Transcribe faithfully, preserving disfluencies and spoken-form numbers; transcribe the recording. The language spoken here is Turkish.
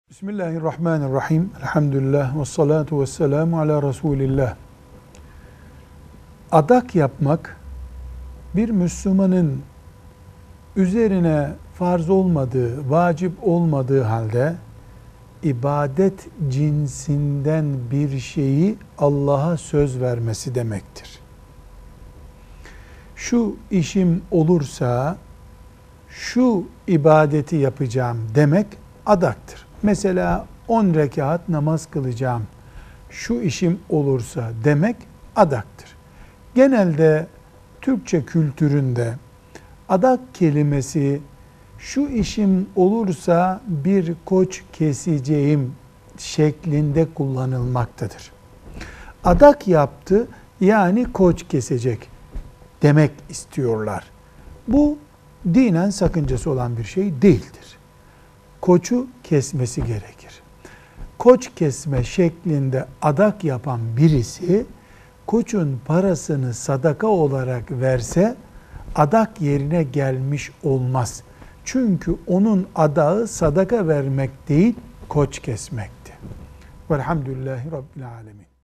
Bismillahirrahmanirrahim. Elhamdülillah ve salatu ve selamu ala Resulillah. Adak yapmak bir Müslümanın üzerine farz olmadığı, vacip olmadığı halde ibadet cinsinden bir şeyi Allah'a söz vermesi demektir. Şu işim olursa şu ibadeti yapacağım demek adaktır. Mesela on rekat namaz kılacağım, şu işim olursa demek adaktır. Genelde Türkçe kültüründe adak kelimesi şu işim olursa bir koç keseceğim şeklinde kullanılmaktadır. Adak yaptı yani koç kesecek demek istiyorlar. Bu dinen sakıncası olan bir şey değildir. Koçu kesmesi gerekir. Koç kesme şeklinde adak yapan birisi koçun parasını sadaka olarak verse adak yerine gelmiş olmaz. Çünkü onun adağı sadaka vermek değil, koç kesmekti. Velhamdülillahi Rabbil Alemin.